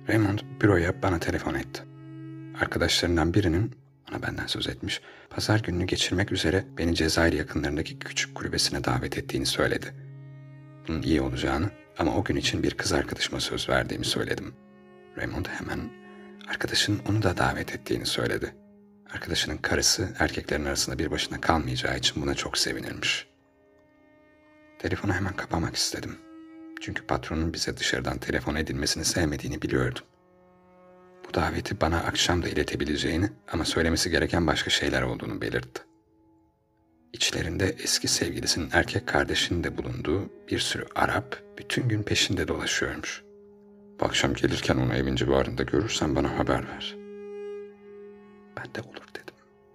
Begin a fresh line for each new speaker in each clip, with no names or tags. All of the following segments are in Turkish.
Raymond büroya bana telefon etti. Arkadaşlarından birinin, ona benden söz etmiş, pazar gününü geçirmek üzere beni Cezayir yakınlarındaki küçük kulübesine davet ettiğini söyledi. Bunun iyi olacağını ama o gün için bir kız arkadaşıma söz verdiğimi söyledim. Raymond hemen arkadaşının onu da davet ettiğini söyledi. Arkadaşının karısı erkeklerin arasında bir başına kalmayacağı için buna çok sevinirmiş. Telefonu hemen kapamak istedim. Çünkü patronun bize dışarıdan telefon edilmesini sevmediğini biliyordum. Bu daveti bana akşam da iletebileceğini ama söylemesi gereken başka şeyler olduğunu belirtti. İçlerinde eski sevgilisinin erkek kardeşinin de bulunduğu bir sürü Arap bütün gün peşinde dolaşıyormuş. Bu akşam gelirken onu evin civarında görürsen bana haber ver. Ben de olur dedim.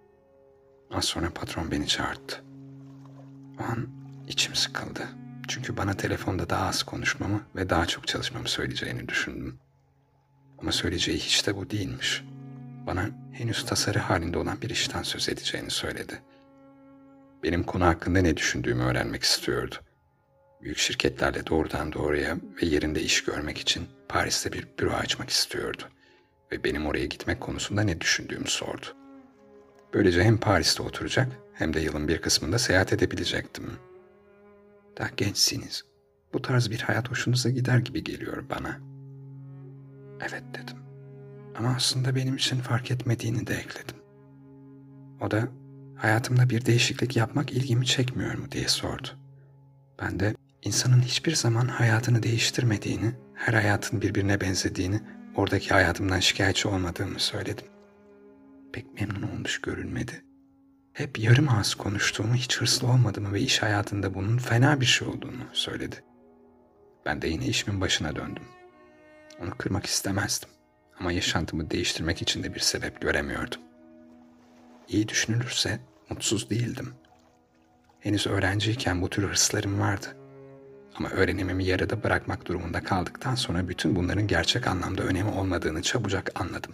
Az sonra patron beni çağırdı. O an içim sıkıldı. Çünkü bana telefonda daha az konuşmamı ve daha çok çalışmamı söyleyeceğini düşündüm. Ama söyleyeceği hiç de bu değilmiş. Bana henüz tasarı halinde olan bir işten söz edeceğini söyledi. Benim konu hakkında ne düşündüğümü öğrenmek istiyordu. Büyük şirketlerle doğrudan doğruya ve yerinde iş görmek için Paris'te bir büro açmak istiyordu. Ve benim oraya gitmek konusunda ne düşündüğümü sordu. Böylece hem Paris'te oturacak hem de yılın bir kısmında seyahat edebilecektim. Daha gençsiniz. Bu tarz bir hayat hoşunuza gider gibi geliyor bana. Evet dedim. Ama aslında benim için fark etmediğini de ekledim. O da hayatımda bir değişiklik yapmak ilgimi çekmiyor mu diye sordu. Ben de insanın hiçbir zaman hayatını değiştirmediğini, her hayatın birbirine benzediğini, oradaki hayatımdan şikayetçi olmadığımı söyledim. Pek memnun olmuş görünmedi. Hep yarım ağız konuştuğumu, hiç hırslı olmadığımı ve iş hayatında bunun fena bir şey olduğunu söyledi. Ben de yine işimin başına döndüm. Onu kırmak istemezdim ama yaşantımı değiştirmek için de bir sebep göremiyordum. İyi düşünülürse mutsuz değildim. Henüz öğrenciyken bu tür hırslarım vardı. Ama öğrenimimi yarıda bırakmak durumunda kaldıktan sonra bütün bunların gerçek anlamda önemi olmadığını çabucak anladım.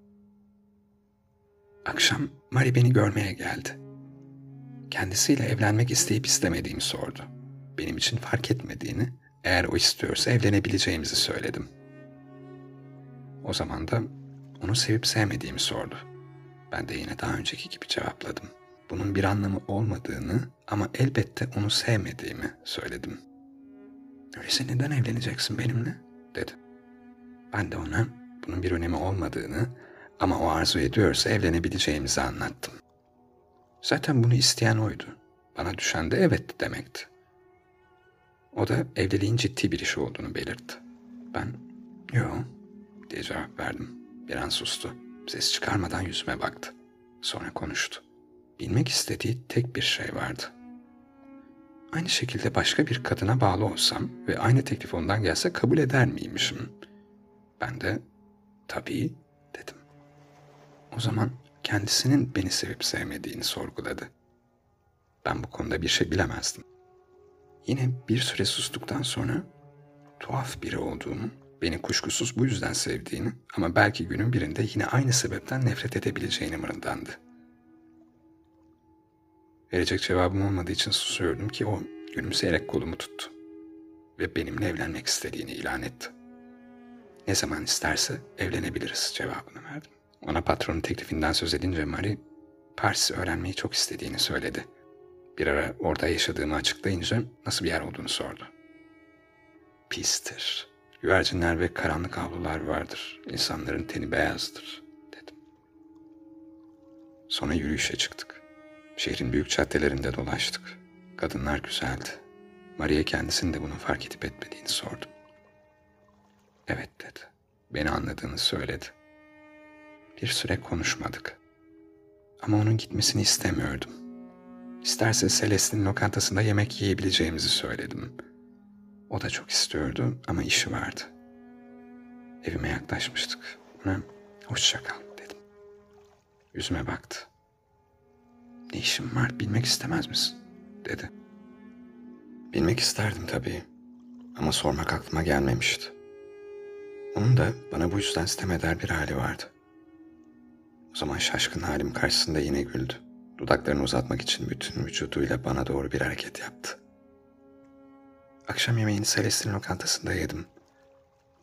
Akşam Marie beni görmeye geldi. Kendisiyle evlenmek isteyip istemediğimi sordu. Benim için fark etmediğini, eğer o istiyorsa evlenebileceğimizi söyledim. O zaman da onu sevip sevmediğimi sordu. Ben de yine daha önceki gibi cevapladım. Bunun bir anlamı olmadığını ama elbette onu sevmediğimi söyledim. Öyleyse neden evleneceksin benimle? Dedi. Ben de ona bunun bir önemi olmadığını ama o arzu ediyorsa evlenebileceğimizi anlattım. Zaten bunu isteyen oydu. Bana düşen de evet demekti. O da evliliğin ciddi bir iş olduğunu belirtti. Ben, "Yo," diye cevap verdim. Bir an sustu. Ses çıkarmadan yüzüme baktı. Sonra konuştu. Bilmek istediği tek bir şey vardı. Aynı şekilde başka bir kadına bağlı olsam ve aynı teklif ondan gelse kabul eder miymişim? Ben de, "Tabii," dedim. O zaman kendisinin beni sevip sevmediğini sorguladı. Ben bu konuda bir şey bilemezdim. Yine bir süre sustuktan sonra tuhaf biri olduğumu, beni kuşkusuz bu yüzden sevdiğini ama belki günün birinde yine aynı sebepten nefret edebileceğini mırıldandı. Verecek cevabım olmadığı için susuyordum ki o gülümseyerek kolumu tuttu ve benimle evlenmek istediğini ilan etti. Ne zaman isterse evlenebiliriz cevabını verdim. Ona patronun teklifinden söz edince Marie, Paris'i öğrenmeyi çok istediğini söyledi. Bir ara orada yaşadığımı açıklayınca nasıl bir yer olduğunu sordu. Pistir. Güvercinler ve karanlık avlular vardır. İnsanların teni beyazdır, dedim. Sonra yürüyüşe çıktık. Şehrin büyük caddelerinde dolaştık. Kadınlar güzeldi. Maria kendisinin de bunu fark edip etmediğini sordum. Evet dedi. Beni anladığını söyledi. Bir süre konuşmadık. Ama onun gitmesini istemiyordum. İsterse Celeste'nin lokantasında yemek yiyebileceğimizi söyledim. O da çok istiyordu ama işi vardı. Evime yaklaşmıştık. Ona "Hoşça kal," dedim. Yüzüme baktı. "Ne işin var, bilmek istemez misin?" dedi. Bilmek isterdim tabii ama sormak aklıma gelmemişti. Onun da bana bu yüzden sitem eder bir hali vardı. O zaman şaşkın halim karşısında yine güldü. Dudaklarını uzatmak için bütün vücuduyla bana doğru bir hareket yaptı. Akşam yemeğini Celeste'nin lokantasında yedim.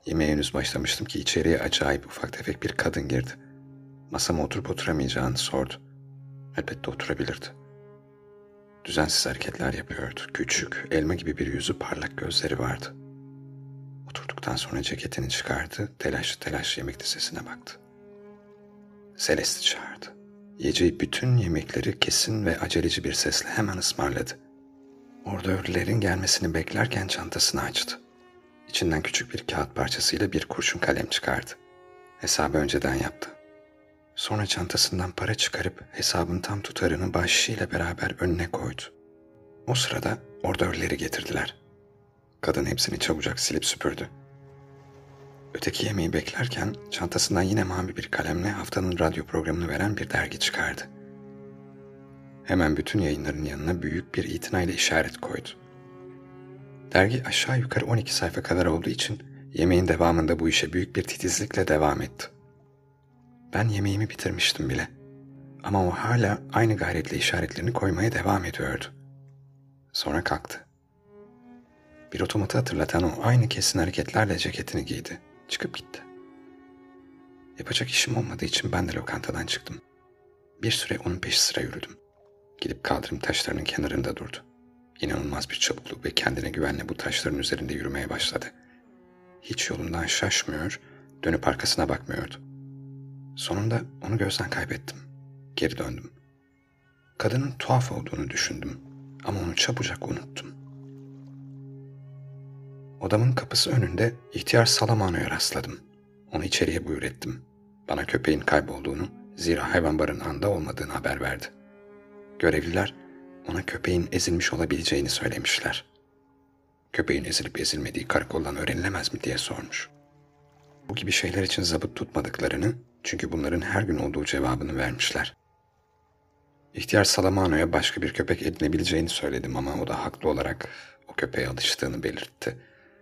Yemeğe henüz başlamıştım ki içeriye acayip ufak tefek bir kadın girdi. Masama oturup oturamayacağını sordu. Elbette oturabilirdi. Düzensiz hareketler yapıyordu. Küçük, elma gibi bir yüzü, parlak gözleri vardı. Oturduktan sonra ceketini çıkardı, telaşlı yemek listesine baktı. Celeste'i çağırdı. Yiyeceği bütün yemekleri kesin ve aceleci bir sesle hemen ısmarladı. Ordörlerin gelmesini beklerken çantasını açtı. İçinden küçük bir kağıt parçasıyla bir kurşun kalem çıkardı. Hesabı önceden yaptı. Sonra çantasından para çıkarıp hesabın tam tutarını bahşişiyle beraber önüne koydu. O sırada ordörleri getirdiler. Kadın hepsini çabucak silip süpürdü. Öteki yemeği beklerken çantasından yine mavi bir kalemle haftanın radyo programını veren bir dergi çıkardı. Hemen bütün yayınların yanına büyük bir itinayla işaret koydu. Dergi aşağı yukarı 12 sayfa kadar olduğu için yemeğin devamında bu işe büyük bir titizlikle devam etti. Ben yemeğimi bitirmiştim bile. Ama o hala aynı gayretle işaretlerini koymaya devam ediyordu. Sonra kalktı. Bir otomatı hatırlatan o aynı kesin hareketlerle ceketini giydi. Çıkıp gitti. Yapacak işim olmadığı için ben de lokantadan çıktım. Bir süre onun peşi sıra yürüdüm. Gidip kaldırım taşlarının kenarında durdu. İnanılmaz bir çabukluk ve kendine güvenle bu taşların üzerinde yürümeye başladı. Hiç yolundan şaşmıyor, dönüp arkasına bakmıyordu. Sonunda onu gözden kaybettim. Geri döndüm. Kadının tuhaf olduğunu düşündüm ama onu çabucak unuttum. Odamın kapısı önünde ihtiyar Salamano'ya rastladım. Onu içeriye buyur ettim. Bana köpeğin kaybolduğunu, zira hayvan barınağında olmadığını haber verdi. Görevliler ona köpeğin ezilmiş olabileceğini söylemişler. Köpeğin ezilip ezilmediği karakoldan öğrenilemez mi diye sormuş. Bu gibi şeyler için zabıt tutmadıklarını, çünkü bunların her gün olduğu cevabını vermişler. İhtiyar Salamano'ya başka bir köpek edinebileceğini söyledim ama o da haklı olarak o köpeğe alıştığını belirtti.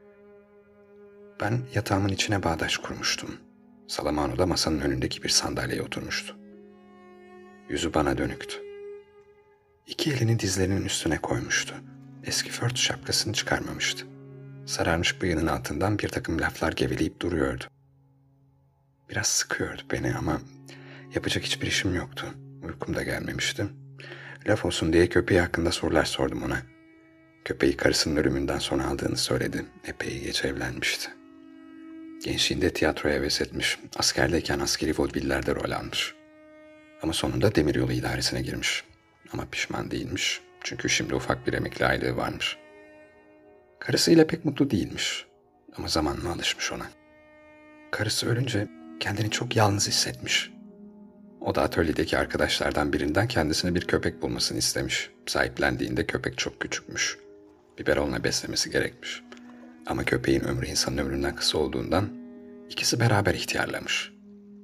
Ben yatağımın içine bağdaş kurmuştum. Salamano da masanın önündeki bir sandalyeye oturmuştu. Yüzü bana dönüktü. İki elini dizlerinin üstüne koymuştu. Eski fört şapkasını çıkarmamıştı. Sararmış bıyığının altından bir takım laflar geveleyip duruyordu. Biraz sıkıyordu beni ama yapacak hiçbir işim yoktu. Uykum da gelmemişti. Laf olsun diye köpeği hakkında sorular sordum ona. Köpeği karısının ölümünden sonra aldığını söyledi. Epey geç evlenmişti. Gençliğinde tiyatroya heves etmiş. Askerdeyken askeri vodevillerde rol almış. Ama sonunda demiryolu idaresine girmiş. Ama pişman değilmiş. Çünkü şimdi ufak bir emekli aylığı varmış. Karısıyla pek mutlu değilmiş. Ama zamanla alışmış ona. Karısı ölünce kendini çok yalnız hissetmiş. O da atölyedeki arkadaşlardan birinden kendisine bir köpek bulmasını istemiş. Sahiplendiğinde köpek çok küçükmüş. Biberonla beslemesi gerekmiş. Ama köpeğin ömrü insanın ömründen kısa olduğundan ikisi beraber ihtiyarlamış.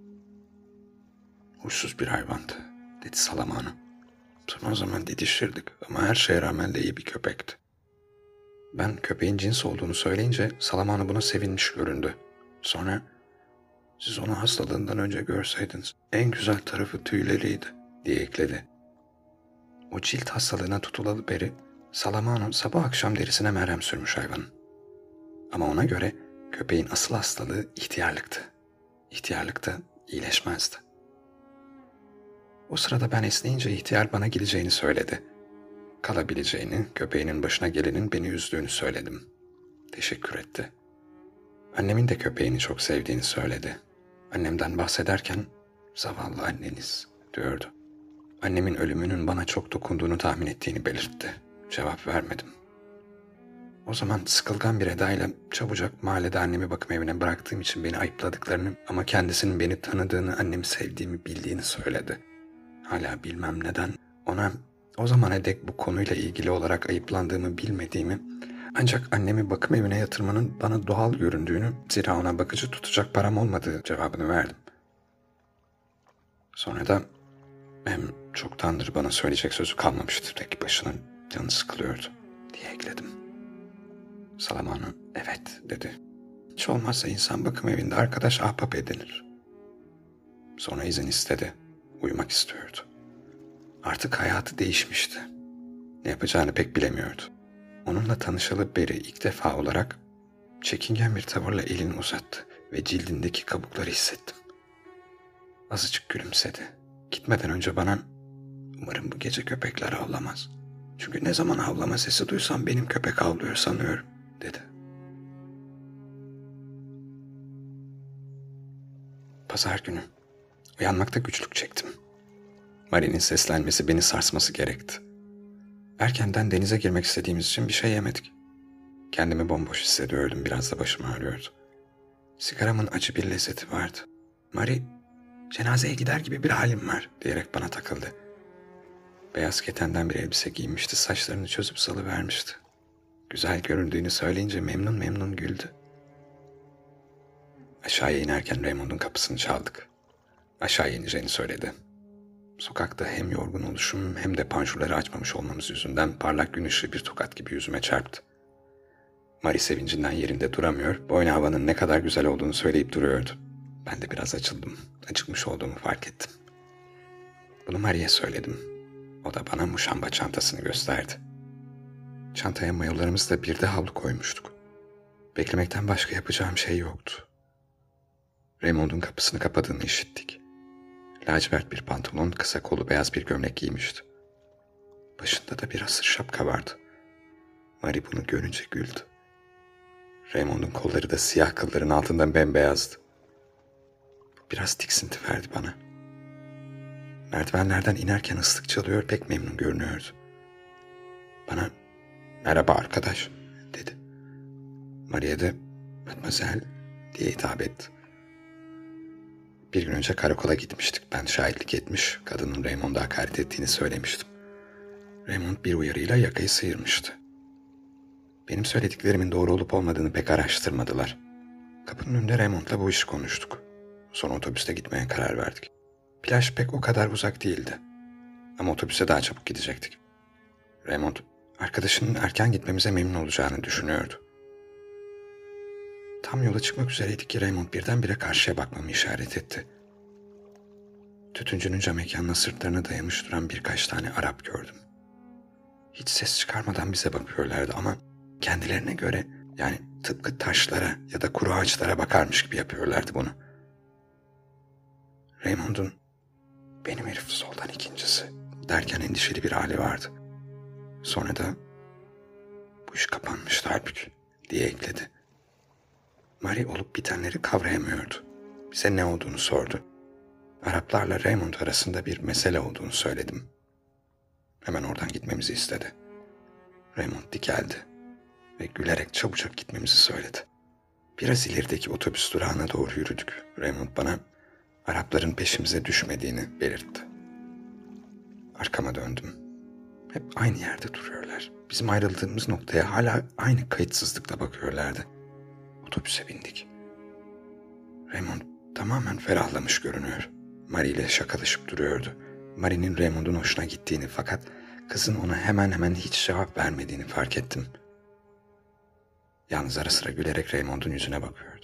Huysuz bir hayvandı, dedi Salamano. Zaman zaman didişirdik ama her şeye rağmen de iyi bir köpekti. Ben köpeğin cins olduğunu söyleyince Salamano buna sevinmiş göründü. Sonra, siz onu hastalığından önce görseydiniz en güzel tarafı tüyleriydi, diye ekledi. O cilt hastalığına tutulalı beri Salamano sabah akşam derisine merhem sürmüş hayvanın. Ama ona göre köpeğin asıl hastalığı ihtiyarlıktı. İhtiyarlıkta iyileşmezdi. O sırada ben esneyince ihtiyar bana gideceğini söyledi. Kalabileceğini, köpeğinin başına gelenin beni üzdüğünü söyledim. Teşekkür etti. Annemin de köpeğini çok sevdiğini söyledi. Annemden bahsederken, zavallı anneniz, diyordu. Annemin ölümünün bana çok dokunduğunu tahmin ettiğini belirtti. Cevap vermedim. O zaman sıkılgan bir edayla çabucak mahallede annemi bakım evine bıraktığım için beni ayıpladıklarını ama kendisinin beni tanıdığını, annemi sevdiğimi bildiğini söyledi. Hala bilmem neden ona o zamana dek bu konuyla ilgili olarak ayıplandığımı bilmediğimi, ancak annemi bakım evine yatırmanın bana doğal göründüğünü, zira ona bakıcı tutacak param olmadığı cevabını verdim. Sonra da hem çoktandır bana söyleyecek sözü kalmamıştı, tek başına canı sıkılıyordu diye ekledim. Salamano evet dedi. Hiç olmazsa insan bakım evinde arkadaş ahbap edinir. Sonra izin istedi. Uyumak istiyordu. Artık hayatı değişmişti. Ne yapacağını pek bilemiyordu. Onunla tanışalı beri ilk defa olarak Çekingen bir tavırla elini uzattı ve cildindeki kabukları hissettim. Azıcık gülümsedi. Gitmeden önce bana, "Umarım bu gece köpekler havlamaz. Çünkü ne zaman havlama sesi duysam benim köpek havlıyor sanıyorum," dedi. Pazar günü. Uyanmakta güçlük çektim. Marie'nin seslenmesi beni sarsması gerekti. Erkenden denize girmek istediğimiz için bir şey yemedik. Kendimi bomboş hissediyordum, biraz da başım ağrıyordu. Sigaramın acı bir lezzeti vardı. Marie, "Cenazeye gider gibi bir halim var," diyerek bana takıldı. Beyaz ketenden bir elbise giymişti, saçlarını çözüp salıvermişti. Güzel göründüğünü söyleyince memnun memnun güldü. Aşağıya inerken Raymond'un kapısını çaldık. Aşağı ineceğini söyledi. Sokakta hem yorgun oluşum hem de panjurları açmamış olmamız yüzünden parlak gün ışığı bir tokat gibi yüzüme çarptı. Marie sevincinden yerinde duramıyor, boyna havanın ne kadar güzel olduğunu söyleyip duruyordu. Ben de biraz açıldım, acıkmış olduğumu fark ettim. Bunu Marie'ye söyledim. O da bana muşamba çantasını gösterdi. Çantaya mayolarımızla bir de havlu koymuştuk. Beklemekten başka yapacağım şey yoktu. Raymond'un kapısını kapadığını işittik. Lacivert bir pantolon, kısa kolu beyaz bir gömlek giymişti. Başında da bir asır şapka vardı. Marie bunu görünce güldü. Raymond'un kolları da siyah kılların altından bembeyazdı. Biraz tiksinti verdi bana. Merdivenlerden inerken ıslık çalıyor, pek memnun görünüyordu. Bana, "Merhaba arkadaş," dedi. Marie de, "Mademoiselle," diye hitap etti. Bir gün önce karakola gitmiştik. Ben şahitlik etmiş, kadının Raymond'a hakaret ettiğini söylemiştim. Raymond bir uyarıyla yakayı sıyırmıştı. Benim söylediklerimin doğru olup olmadığını pek araştırmadılar. Kapının önünde Raymond'la bu işi konuştuk. Sonra otobüste gitmeye karar verdik. Plaj pek o kadar uzak değildi. Ama otobüse daha çabuk gidecektik. Raymond, arkadaşının erken gitmemize memnun olacağını düşünüyordu. Tam yola çıkmak üzereydik ki Raymond birdenbire karşıya bakmamı işaret etti. Tütüncünün cam mekanına sırtlarına dayamış duran birkaç tane Arap gördüm. Hiç ses çıkarmadan bize bakıyorlardı ama kendilerine göre, yani tıpkı taşlara ya da kuru ağaçlara bakarmış gibi yapıyorlardı bunu. Raymond'un, "Benim herif soldan ikincisi," derken endişeli bir hali vardı. Sonra da, "Bu iş kapanmıştı halbuki," diye ekledi. Marie olup bitenleri kavrayamıyordu. Bize ne olduğunu sordu. Araplarla Raymond arasında bir mesele olduğunu söyledim. Hemen oradan gitmemizi istedi. Raymond dikeldi ve gülerek çabucak gitmemizi söyledi. Biraz ilerideki otobüs durağına doğru yürüdük. Raymond bana Arapların peşimize düşmediğini belirtti. Arkama döndüm. Hep aynı yerde duruyorlar. Bizim ayrıldığımız noktaya hala aynı kayıtsızlıkla bakıyorlardı. Otobüse bindik. Raymond tamamen ferahlamış görünüyor. Marie ile şakalaşıp duruyordu. Marie'nin Raymond'un hoşuna gittiğini fakat kızın ona hemen hemen hiç cevap vermediğini fark ettim. Yalnız ara sıra gülerek Raymond'un yüzüne bakıyordu.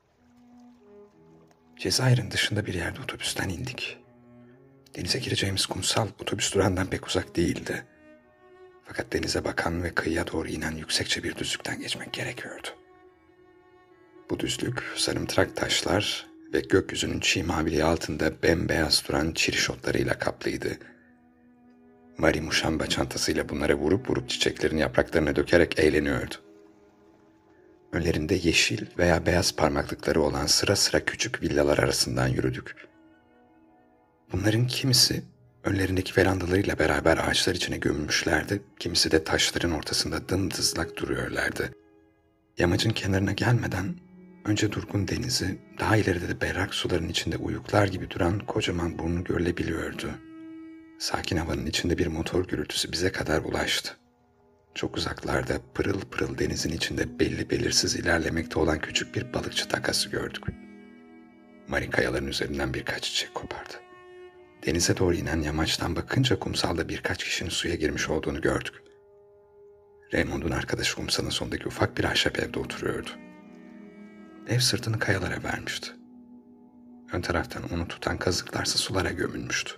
Cezayir'in dışında bir yerde otobüsten indik. Denize gireceğimiz kumsal otobüs durağından pek uzak değildi. Fakat denize bakan ve kıyıya doğru inen yüksekçe bir düzlükten geçmek gerekiyordu. Bu düzlük sarımtırak taşlar ve gökyüzünün çiğ maviliği altında bembeyaz duran çiriş otlarıyla kaplıydı. Marie muşamba çantasıyla bunlara vurup vurup çiçeklerin yapraklarına dökerek eğleniyordu. Önlerinde yeşil veya beyaz parmaklıkları olan sıra sıra küçük villalar arasından yürüdük. Bunların kimisi önlerindeki verandalarıyla beraber ağaçlar içine gömülmüşlerdi, kimisi de taşların ortasında dımdızlak duruyorlardı. Yamacın kenarına gelmeden önce durgun denizi, daha ileride de berrak suların içinde uyuklar gibi duran kocaman burnu görülebiliyordu. Sakin havanın içinde bir motor gürültüsü bize kadar ulaştı. Çok uzaklarda pırıl pırıl denizin içinde belli belirsiz ilerlemekte olan küçük bir balıkçı takası gördük. Marie kayaların üzerinden birkaç çiçek kopardı. Denize doğru inen yamaçtan bakınca kumsalda birkaç kişinin suya girmiş olduğunu gördük. Raymond'un arkadaşı kumsalın sonundaki ufak bir ahşap evde oturuyordu. Ev sırtını kayalara vermişti. Ön taraftan onu tutan kazıklarsa sulara gömülmüştü.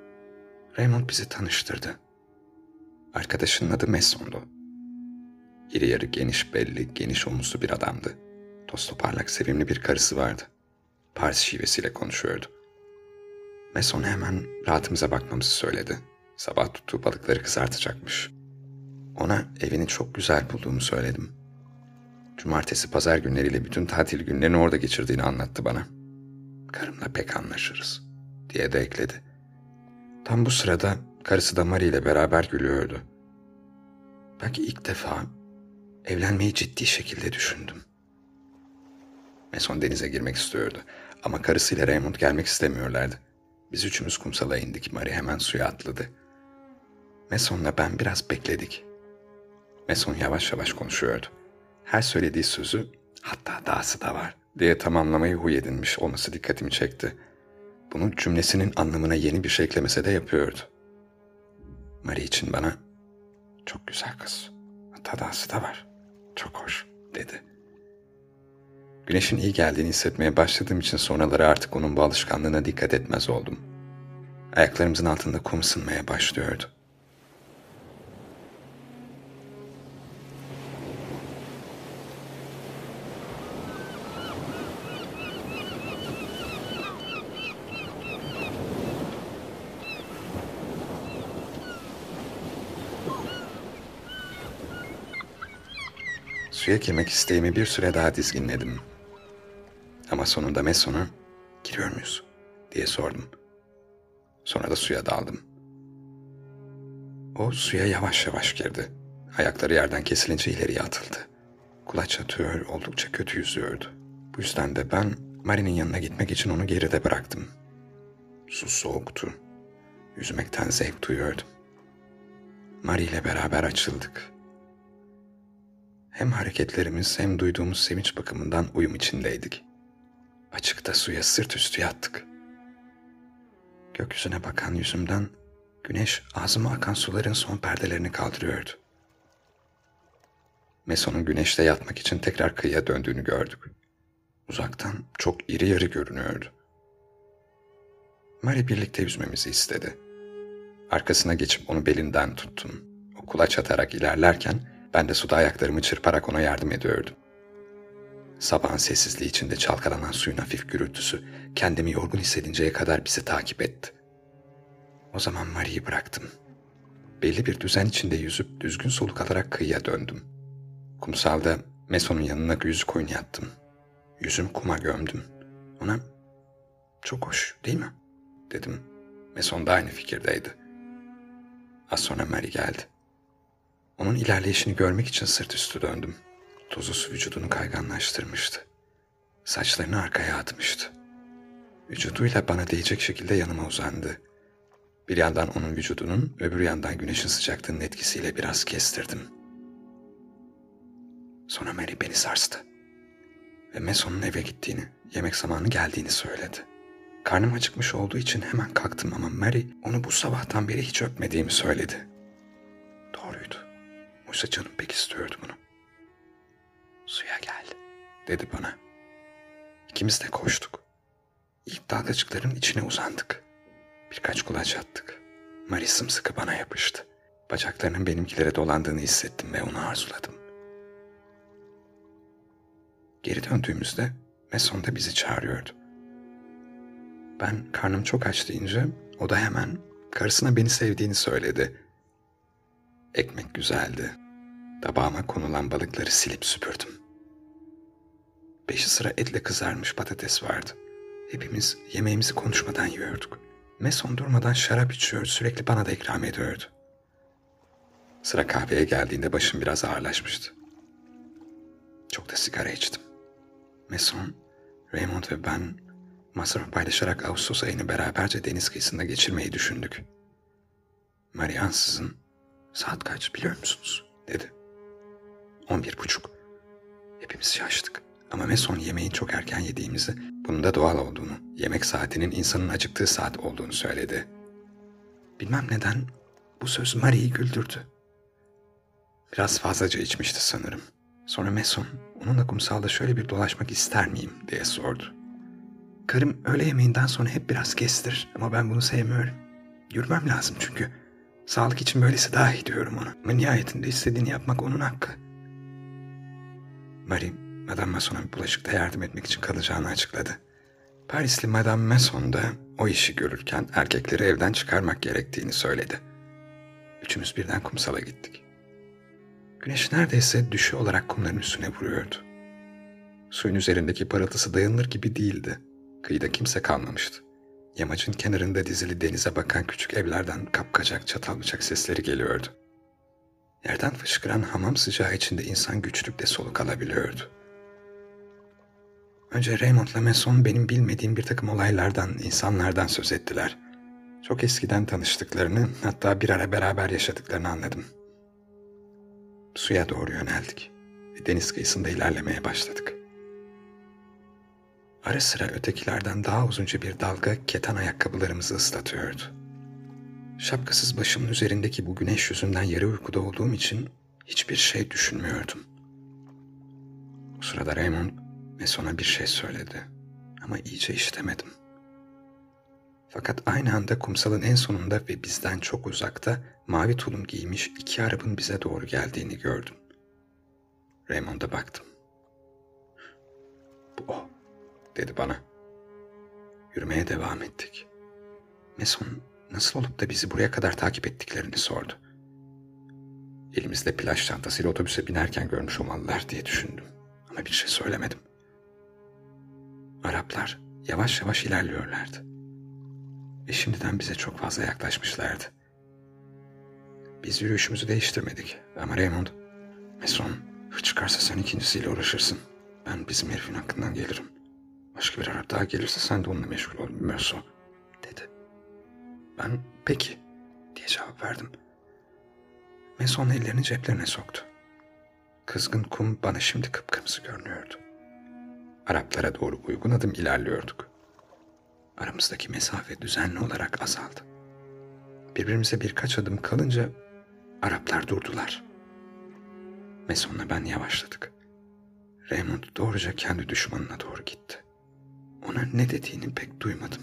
Raymond bizi tanıştırdı. Arkadaşının adı Maison'du. İri yarı, geniş belli, geniş omuzlu bir adamdı. Toz toparlak, sevimli bir karısı vardı. Paris şivesiyle konuşuyordu. Mason hemen rahatımıza bakmamızı söyledi. Sabah tuttuğu balıkları kızartacakmış. Ona evini çok güzel bulduğumu söyledim. Cumartesi, pazar günleriyle bütün tatil günlerini orada geçirdiğini anlattı bana. Karımla pek anlaşırız, diye de ekledi. Tam bu sırada karısı da Marie ile beraber gülüyordu. Belki ilk defa evlenmeyi ciddi şekilde düşündüm. Mason denize girmek istiyordu ama karısıyla Raymond gelmek istemiyorlardı. Biz üçümüz kumsala indik. Marie hemen suya atladı. Mason'la ben biraz bekledik. Mason yavaş yavaş konuşuyordu. Her söylediği sözü, hatta dahası da var, diye tamamlamayı huy edinmiş olması dikkatimi çekti. Bunu cümlesinin anlamına yeni bir şey eklemese de yapıyordu. Marie için bana, çok güzel kız, hatta dahası da var, çok hoş, dedi. Güneşin iyi geldiğini hissetmeye başladığım için sonraları artık onun bu alışkanlığına dikkat etmez oldum. Ayaklarımızın altında kum ısınmaya başlıyordu. Suya girmek isteğimi bir süre daha dizginledim. Ama sonunda Mason'a, giriyor muyuz, diye sordum. Sonra da suya daldım. O suya yavaş yavaş girdi. Ayakları yerden kesilince ileriye atıldı. Kulaç atıyor, oldukça kötü yüzüyordu. Bu yüzden de ben Marie'nin yanına gitmek için onu geride bıraktım. Su soğuktu. Yüzmekten zevk duyuyordum. Marie ile beraber açıldık. Hem hareketlerimiz hem duyduğumuz sevinç bakımından uyum içindeydik. Açıkta suya sırt üstü yattık. Gökyüzüne bakan yüzümden güneş ağzıma akan suların son perdelerini kaldırıyordu. Mason'un güneşte yatmak için tekrar kıyıya döndüğünü gördük. Uzaktan çok iri yarı görünüyordu. Marie birlikte yüzmemizi istedi. Arkasına geçip onu belinden tuttum. O kulaç atarak ilerlerken ben de suda ayaklarımı çırparak ona yardım ediyordum. Sabahın sessizliği içinde çalkalanan suyun hafif gürültüsü kendimi yorgun hissedinceye kadar bizi takip etti. O zaman Marie'yi bıraktım. Belli bir düzen içinde yüzüp düzgün soluk alarak kıyıya döndüm. Kumsalda Mason'un yanına yüzük oyunu yattım. Yüzüm kuma gömdüm. Ona, çok hoş değil mi, dedim. Mason da aynı fikirdeydi. Az sonra Marie geldi. Onun ilerleyişini görmek için sırt üstü döndüm. Tozu su vücudunu kayganlaştırmıştı. Saçlarını arkaya atmıştı. Vücuduyla bana değecek şekilde yanıma uzandı. Bir yandan onun vücudunun, öbür yandan güneşin sıcaklığının etkisiyle biraz kestirdim. Sonra Marie beni sarstı. Ve Mason'un eve gittiğini, yemek zamanı geldiğini söyledi. Karnım acıkmış olduğu için hemen kalktım ama Marie onu bu sabahtan beri hiç öpmediğimi söyledi. Doğruydu. Oysa canım pek istiyordu bunu. Suya gel, dedi bana. İkimiz de koştuk. İlk dalgacıkların içine uzandık. Birkaç kulaç attık. Marie sımsıkı bana yapıştı. Bacaklarının benimkilere dolandığını hissettim ve onu arzuladım. Geri döndüğümüzde Mason da bizi çağırıyordu. Ben karnım çok aç deyince o da hemen karısına beni sevdiğini söyledi. Ekmek güzeldi. Tabağıma konulan balıkları silip süpürdüm. Peşi sıra etle kızarmış patates vardı. Hepimiz yemeğimizi konuşmadan yiyorduk. Mason durmadan şarap içiyor, sürekli bana da ikram ediyordu. Sıra kahveye geldiğinde başım biraz ağırlaşmıştı. Çok da sigara içtim. Mason, Raymond ve ben masraf paylaşarak Ağustos ayını beraberce deniz kıyısında geçirmeyi düşündük. Marie ansızın, saat kaç biliyor musunuz, dedi. 11:30. Hepimiz şaştık. Ama Mason yemeğin çok erken yediğimizi, bunun da doğal olduğunu, yemek saatinin insanın acıktığı saat olduğunu söyledi. Bilmem neden bu söz Marie'yi güldürdü. Biraz fazlaca içmişti sanırım. Sonra Mason, onunla kumsalda şöyle bir dolaşmak ister miyim diye sordu. Karım öğle yemeğinden sonra hep biraz kestirir ama ben bunu sevmiyorum. Yürümem lazım çünkü. Sağlık için böylesi daha iyi diyorum ona. Ama nihayetinde istediğini yapmak onun hakkı. Marie, Madame Mason'a bir bulaşıkta yardım etmek için kalacağını açıkladı. Parisli Madame Mason da o işi görürken erkekleri evden çıkarmak gerektiğini söyledi. Üçümüz birden kumsala gittik. Güneş neredeyse düşü olarak kumların üstüne vuruyordu. Suyun üzerindeki parıltısı dayanılır gibi değildi. Kıyıda kimse kalmamıştı. Yamacın kenarında dizili denize bakan küçük evlerden kapkacak çatal bıçak sesleri geliyordu. Yerden fışkıran hamam sıcağı içinde insan güçlükle soluk alabiliyordu. Önce Raymond'la Mason benim bilmediğim bir takım olaylardan, insanlardan söz ettiler. Çok eskiden tanıştıklarını, hatta bir ara beraber yaşadıklarını anladım. Suya doğru yöneldik ve deniz kıyısında ilerlemeye başladık. Ara sıra ötekilerden daha uzunca bir dalga keten ayakkabılarımızı ıslatıyordu. Şapkasız başımın üzerindeki bu güneş yüzünden yarı uykuda olduğum için hiçbir şey düşünmüyordum. O sırada Raymond Mason'a bir şey söyledi ama iyice işitemedim. Fakat aynı anda kumsalın en sonunda ve bizden çok uzakta mavi tulum giymiş iki Arap'ın bize doğru geldiğini gördüm. Raymond'a baktım. "Bu o," dedi bana. Yürümeye devam ettik. Mason nasıl olup da bizi buraya kadar takip ettiklerini sordu. Elimizde plaj çantasıyla otobüse binerken görmüş olmalılar diye düşündüm ama bir şey söylemedim. Araplar yavaş yavaş ilerliyorlardı ve şimdiden bize çok fazla yaklaşmışlardı. Biz yürüyüşümüzü değiştirmedik ama Raymond, "Mason, hır çıkarsa sen ikincisiyle uğraşırsın. Ben bizim herifin hakkından gelirim. Başka bir Arap daha gelirse sen de onunla meşgul ol, Mason," dedi. Ben "peki" diye cevap verdim. Mason ellerini ceplerine soktu. Kızgın kum bana şimdi kıpkırmızı görünüyordu. Araplara doğru uygun adım ilerliyorduk. Aramızdaki mesafe düzenli olarak azaldı. Birbirimize birkaç adım kalınca Araplar durdular. Mason'la ben yavaşladık. Raymond doğruca kendi düşmanına doğru gitti. Ona ne dediğini pek duymadım.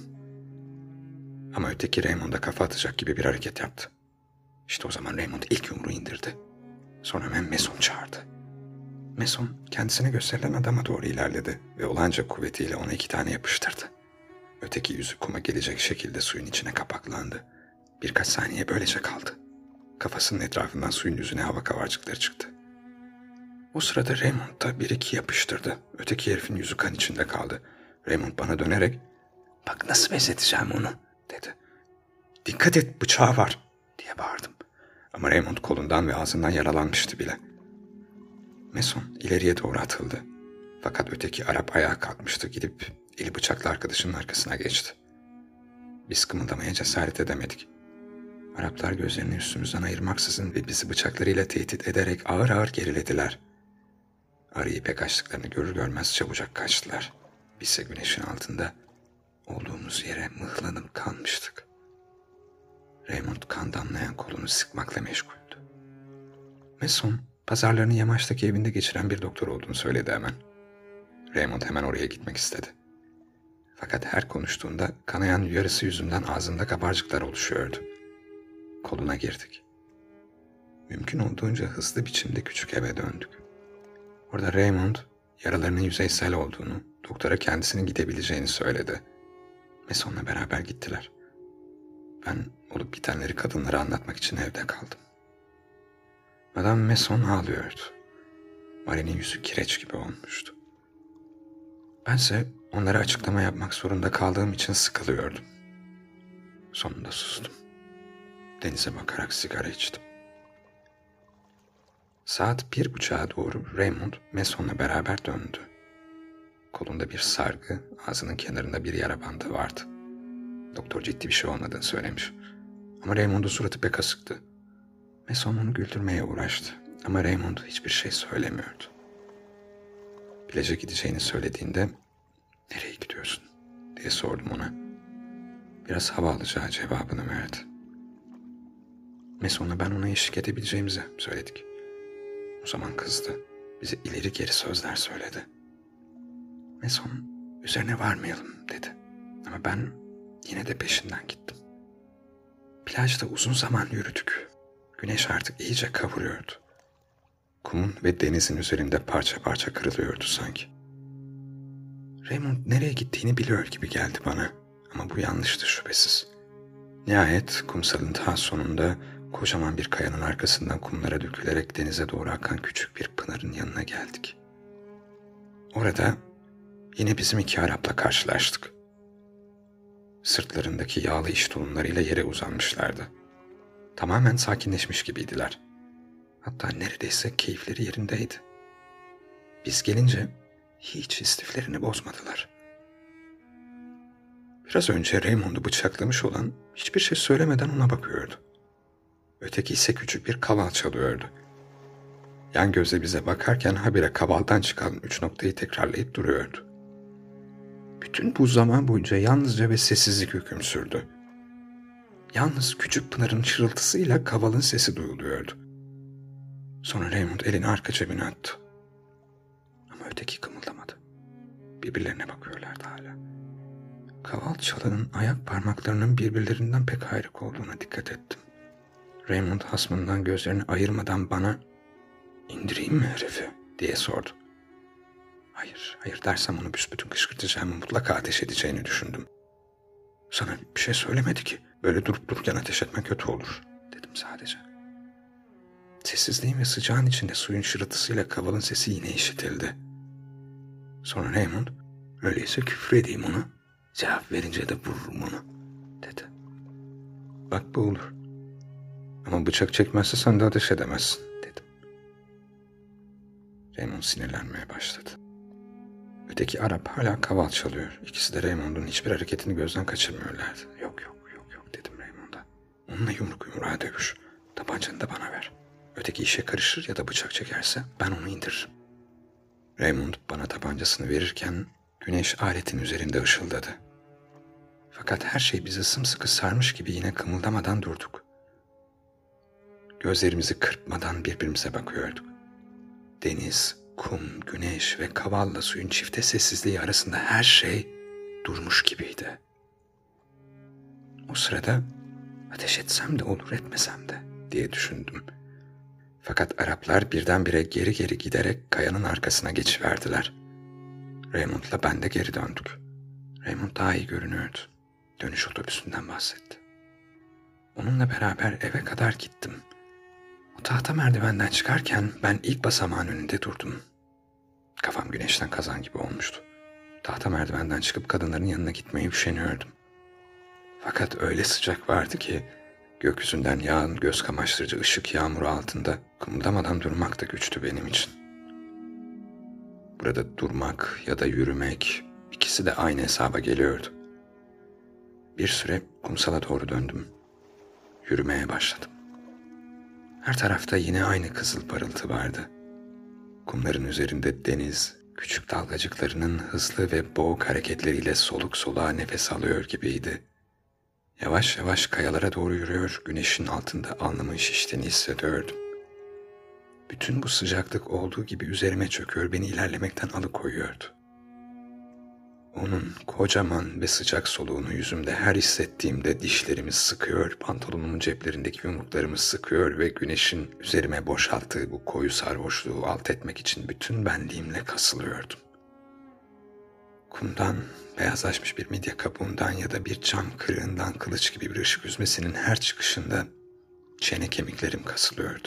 Ama öteki Raymond'a kafa atacak gibi bir hareket yaptı. İşte o zaman Raymond ilk yumruğu indirdi. Sonra hemen Mason çağırdı. Mason kendisine gösterilen adama doğru ilerledi ve olanca kuvvetiyle ona 2 tane yapıştırdı. Öteki yüzü kuma gelecek şekilde suyun içine kapaklandı. Birkaç saniye böylece kaldı. Kafasının etrafından suyun yüzüne hava kavarcıkları çıktı. O sırada Raymond da 1-2 yapıştırdı. Öteki herifin yüzü kan içinde kaldı. Raymond bana dönerek "Bak nasıl benzeteceğim onu," dedi. "Dikkat et, bıçağı var," diye bağırdım. Ama Raymond kolundan ve ağzından yaralanmıştı bile. Mason ileriye doğru atıldı. Fakat öteki Arap ayağa kalkmıştı, gidip eli bıçaklı arkadaşının arkasına geçti. Biz kımıldamaya cesaret edemedik. Araplar gözlerini üstümüzden ayırmaksızın ve bizi bıçaklarıyla tehdit ederek ağır ağır gerilediler. Arıyı pek açtıklarını görür görmez çabucak kaçtılar. Bizse güneşin altında olduğumuz yere mıhlanıp kalmıştık. Raymond kan damlayan kolunu sıkmakla meşguldü. Mason, pazarlarını yamaçtaki evinde geçiren bir doktor olduğunu söyledi hemen. Raymond hemen oraya gitmek istedi. Fakat her konuştuğunda kanayan yarısı yüzünden ağzında kabarcıklar oluşuyordu. Koluna girdik. Mümkün olduğunca hızlı biçimde küçük eve döndük. Orada Raymond yaralarının yüzeysel olduğunu, doktora kendisinin gidebileceğini söyledi. Mason'la beraber gittiler. Ben olup bitenleri kadınlara anlatmak için evde kaldım. Madame Mason ağlıyordu. Marie'nin yüzü kireç gibi olmuştu. Bense onlara açıklama yapmak zorunda kaldığım için sıkılıyordum. Sonunda sustum. Denize bakarak sigara içtim. Saat 1:30'a doğru Raymond Mason'la beraber döndü. Kolunda bir sargı, ağzının kenarında bir yara bandı vardı. Doktor ciddi bir şey olmadığını söylemiş. Ama Raymond'un suratı pek asıktı. Mason onu güldürmeye uğraştı. Ama Raymond hiçbir şey söylemiyordu. Plaja gideceğini söylediğinde "Nereye gidiyorsun?" diye sordum ona. Biraz hava alacağı cevabını verdi. Mason'la ben ona eşlik edebileceğimizi söyledik. O zaman kızdı. Bize ileri geri sözler söyledi. Mason üzerine varmayalım dedi. Ama ben yine de peşinden gittim. Plajda uzun zaman yürüdük. Güneş artık iyice kavuruyordu. Kumun ve denizin üzerinde parça parça kırılıyordu sanki. Raymond nereye gittiğini biliyor gibi geldi bana ama bu yanlıştı şüphesiz. Nihayet kumsalın ta sonunda kocaman bir kayanın arkasından kumlara dökülerek denize doğru akan küçük bir pınarın yanına geldik. Orada yine bizim iki Arap'la karşılaştık. Sırtlarındaki yağlı iş tulumlarıyla yere uzanmışlardı. Tamamen sakinleşmiş gibiydiler. Hatta neredeyse keyifleri yerindeydi. Biz gelince hiç istiflerini bozmadılar. Biraz önce Raymond'u bıçaklamış olan hiçbir şey söylemeden ona bakıyordu. Öteki ise küçük bir kaval çalıyordu. Yan gözle bize bakarken habire kavaldan çıkan 3 noktayı tekrarlayıp duruyordu. Bütün bu zaman boyunca yalnızca ve sessizlik hüküm sürdü. Yalnız küçük pınarın çırıltısıyla kavalın sesi duyuluyordu. Sonra Raymond elini arka cebine attı. Ama öteki kımıldamadı. Birbirlerine bakıyorlardı hala. Kaval çalanın ayak parmaklarının birbirlerinden pek ayrık olduğuna dikkat ettim. Raymond hasmından gözlerini ayırmadan bana "İndireyim mi herifi?" diye sordu. Hayır dersem onu büsbütün kışkırtacağımı, mutlaka ateş edeceğini düşündüm. "Sana bir şey söylemedi ki. Böyle durup dururken ateş etmek kötü olur," dedim sadece. Sessizliğin ve sıcağın içinde suyun şırıltısıyla kavalın sesi yine işitildi. Sonra Raymond, "Öyleyse küfür edeyim ona. Cevap verince de vururum onu," dedi. "Bak bu olur. Ama bıçak çekmezse sen de ateş edemezsin," dedim. Raymond sinirlenmeye başladı. Öteki Arap hala kaval çalıyor. İkisi de Raymond'un hiçbir hareketini gözden kaçırmıyorlardı. Yok dedim Raymond'a. "Onunla yumruk yumruğa dövüş. Tabancanı da bana ver. Öteki işe karışır ya da bıçak çekerse ben onu indiririm." Raymond bana tabancasını verirken güneş aletin üzerinde ışıldadı. Fakat her şey bizi sımsıkı sarmış gibi yine kımıldamadan durduk. Gözlerimizi kırpmadan birbirimize bakıyorduk. Deniz, kum, güneş ve kavalla suyun çifte sessizliği arasında her şey durmuş gibiydi. O sırada ateş etsem de olur, etmesem de diye düşündüm. Fakat Araplar birdenbire geri geri giderek kayanın arkasına geçiverdiler. Raymond'la ben de geri döndük. Raymond daha iyi görünüyordu. Dönüş otobüsünden bahsetti. Onunla beraber eve kadar gittim. O tahta merdivenden çıkarken ben ilk basamağın önünde durdum. Kafam güneşten kazan gibi olmuştu. Tahta merdivenden çıkıp kadınların yanına gitmeye üşeniyordum. Fakat öyle sıcak vardı ki gökyüzünden yağan göz kamaştırıcı ışık yağmuru altında kımıldamadan durmak da güçtü benim için. Burada durmak ya da yürümek, ikisi de aynı hesaba geliyordu. Bir süre kumsala doğru döndüm. Yürümeye başladım. Her tarafta yine aynı kızıl parıltı vardı. Kumların üzerinde deniz, küçük dalgacıklarının hızlı ve boğuk hareketleriyle soluk soluğa nefes alıyor gibiydi. Yavaş yavaş kayalara doğru yürüyor, güneşin altında alnımın şiştiğini hissediyordum. Bütün bu sıcaklık olduğu gibi üzerime çöküyor, beni ilerlemekten alıkoyuyordu. Onun kocaman ve sıcak soluğunu yüzümde her hissettiğimde dişlerimi sıkıyor, pantolonumun ceplerindeki yumruklarımı sıkıyor ve güneşin üzerime boşalttığı bu koyu sarhoşluğu alt etmek için bütün benliğimle kasılıyordum. Kumdan, beyazlaşmış bir midye kabuğundan ya da bir cam kırığından kılıç gibi bir ışık yüzmesinin her çıkışında çene kemiklerim kasılıyordu.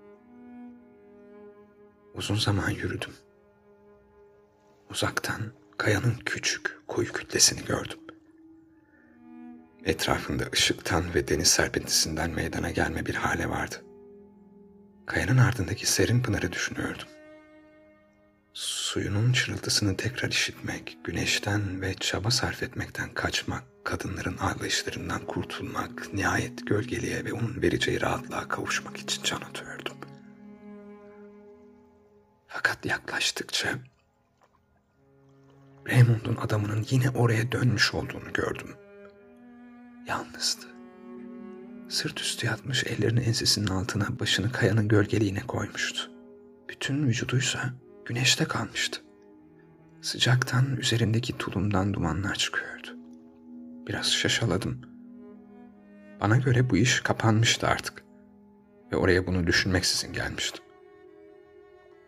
Uzun zaman yürüdüm. Uzaktan kayanın küçük, koyu kütlesini gördüm. Etrafında ışıktan ve deniz serpintisinden meydana gelme bir hale vardı. Kayanın ardındaki serin pınarı düşünüyordum. Suyunun çırıltısını tekrar işitmek, güneşten ve çaba sarf etmekten kaçmak, kadınların ağlayışlarından kurtulmak, nihayet gölgeliğe ve onun vereceği rahatlığa kavuşmak için can atıyordum. Fakat yaklaştıkça Raymond'un adamının yine oraya dönmüş olduğunu gördüm. Yalnızdı. Sırt üstü yatmış, ellerini ensesinin altına, başını kayanın gölgeliğine koymuştu. Bütün vücuduysa güneşte kalmıştı. Sıcaktan üzerindeki tulumdan dumanlar çıkıyordu. Biraz şaşaladım. Bana göre bu iş kapanmıştı artık ve oraya bunu düşünmeksizin gelmiştim.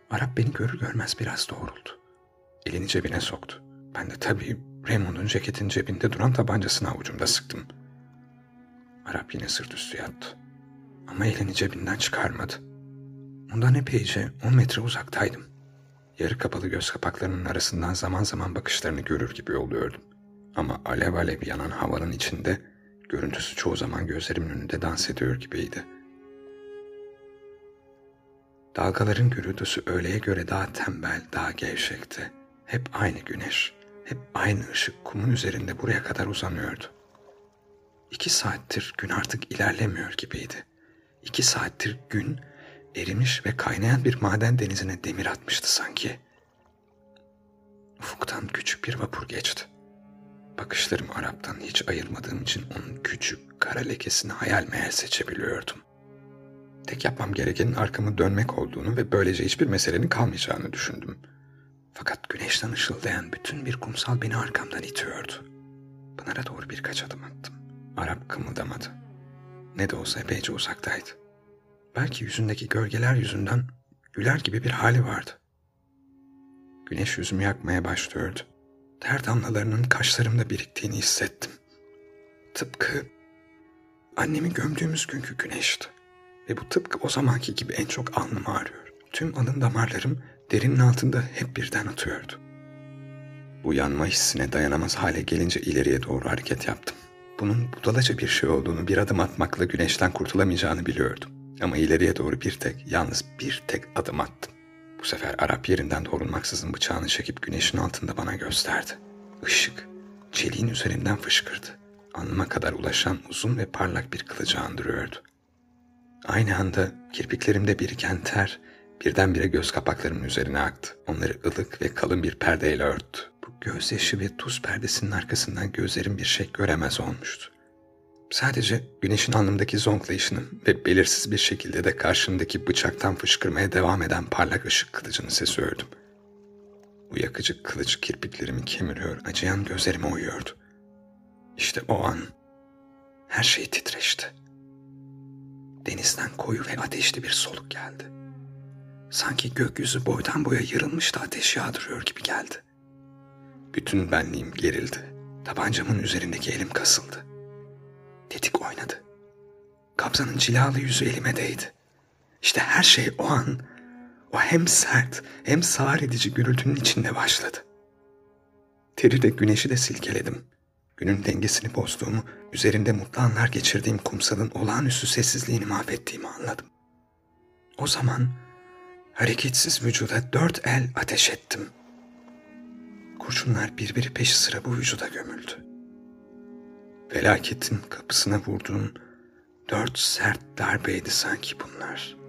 Arap beni görür görmez biraz doğruldu. Elini cebine soktu. Ben de tabii Raymond'un ceketin cebinde duran tabancasını avucumda sıktım. Arap yine sırt üstü yattı. Ama elini cebinden çıkarmadı. Ondan epeyce 10 metre uzaktaydım. Yarı kapalı göz kapaklarının arasından zaman zaman bakışlarını görür gibi oluyordum. Ama alev alev yanan havanın içinde görüntüsü çoğu zaman gözlerimin önünde dans ediyor gibiydi. Dalgaların gürültüsü öğleye göre daha tembel, daha gevşekti. Hep aynı güneş, hep aynı ışık kumun üzerinde buraya kadar uzanıyordu. 2 saattir gün artık ilerlemiyor gibiydi. 2 saattir gün erimiş ve kaynayan bir maden denizine demir atmıştı sanki. Ufuktan küçük bir vapur geçti. Bakışlarımı Arap'tan hiç ayırmadığım için onun küçük kara lekesini hayal meyal seçebiliyordum. Tek yapmam gerekenin arkamı dönmek olduğunu ve böylece hiçbir meselenin kalmayacağını düşündüm. Fakat güneşten ışıldayan bütün bir kumsal beni arkamdan itiyordu. Pınar'a doğru birkaç adım attım. Arap kımıldamadı. Ne de olsa epeyce uzaktaydı. Belki yüzündeki gölgeler yüzünden güler gibi bir hali vardı. Güneş yüzümü yakmaya başlıyordu. Ter damlalarının kaşlarımda biriktiğini hissettim. Tıpkı annemi gömdüğümüz günkü güneşti. Ve bu tıpkı o zamanki gibi en çok alnımı ağrıyor. Tüm alın damarlarım derinin altında hep birden atıyordu. Bu yanma hissine dayanamaz hale gelince ileriye doğru hareket yaptım. Bunun budalaca bir şey olduğunu, bir adım atmakla güneşten kurtulamayacağını biliyordum. Ama ileriye doğru yalnız bir tek adım attım. Bu sefer Arap yerinden doğrulmaksızın bıçağını çekip güneşin altında bana gösterdi. Işık, çeliğin üzerinden fışkırdı. Alnıma kadar ulaşan uzun ve parlak bir kılıcı andırıyordu. Aynı anda kirpiklerimde biriken ter birdenbire göz kapaklarımın üzerine aktı. Onları ılık ve kalın bir perdeyle örttü. Bu gözyaşı ve tuz perdesinin arkasından gözlerim bir şey göremez olmuştu. Sadece güneşin alnımdaki zonklayışını ve belirsiz bir şekilde de karşımdaki bıçaktan fışkırmaya devam eden parlak ışık kılıcının sesi ördüm. Bu yakıcı kılıç kirpiklerimi kemiriyor, acıyan gözlerime uyuyordu. İşte o an her şey titreşti. Denizden koyu ve ateşli bir soluk geldi. Sanki gökyüzü boydan boya yarılmış da ateş yağdırıyor gibi geldi. Bütün benliğim gerildi. Tabancamın üzerindeki elim kasıldı. Tetik oynadı. Kabzanın cilalı yüzü elime değdi. İşte her şey o an, o hem sert hem sağır edici gürültünün içinde başladı. Teri de güneşi de silkeledim. Günün dengesini bozduğumu, üzerinde mutlu anlar geçirdiğim kumsalın olağanüstü sessizliğini mahvettiğimi anladım. O zaman hareketsiz vücuda 4 el ateş ettim. Kurşunlar birbiri peşi sıra bu vücuda gömüldü. Felaketin kapısına vurduğum 4 sert darbeydi sanki bunlar.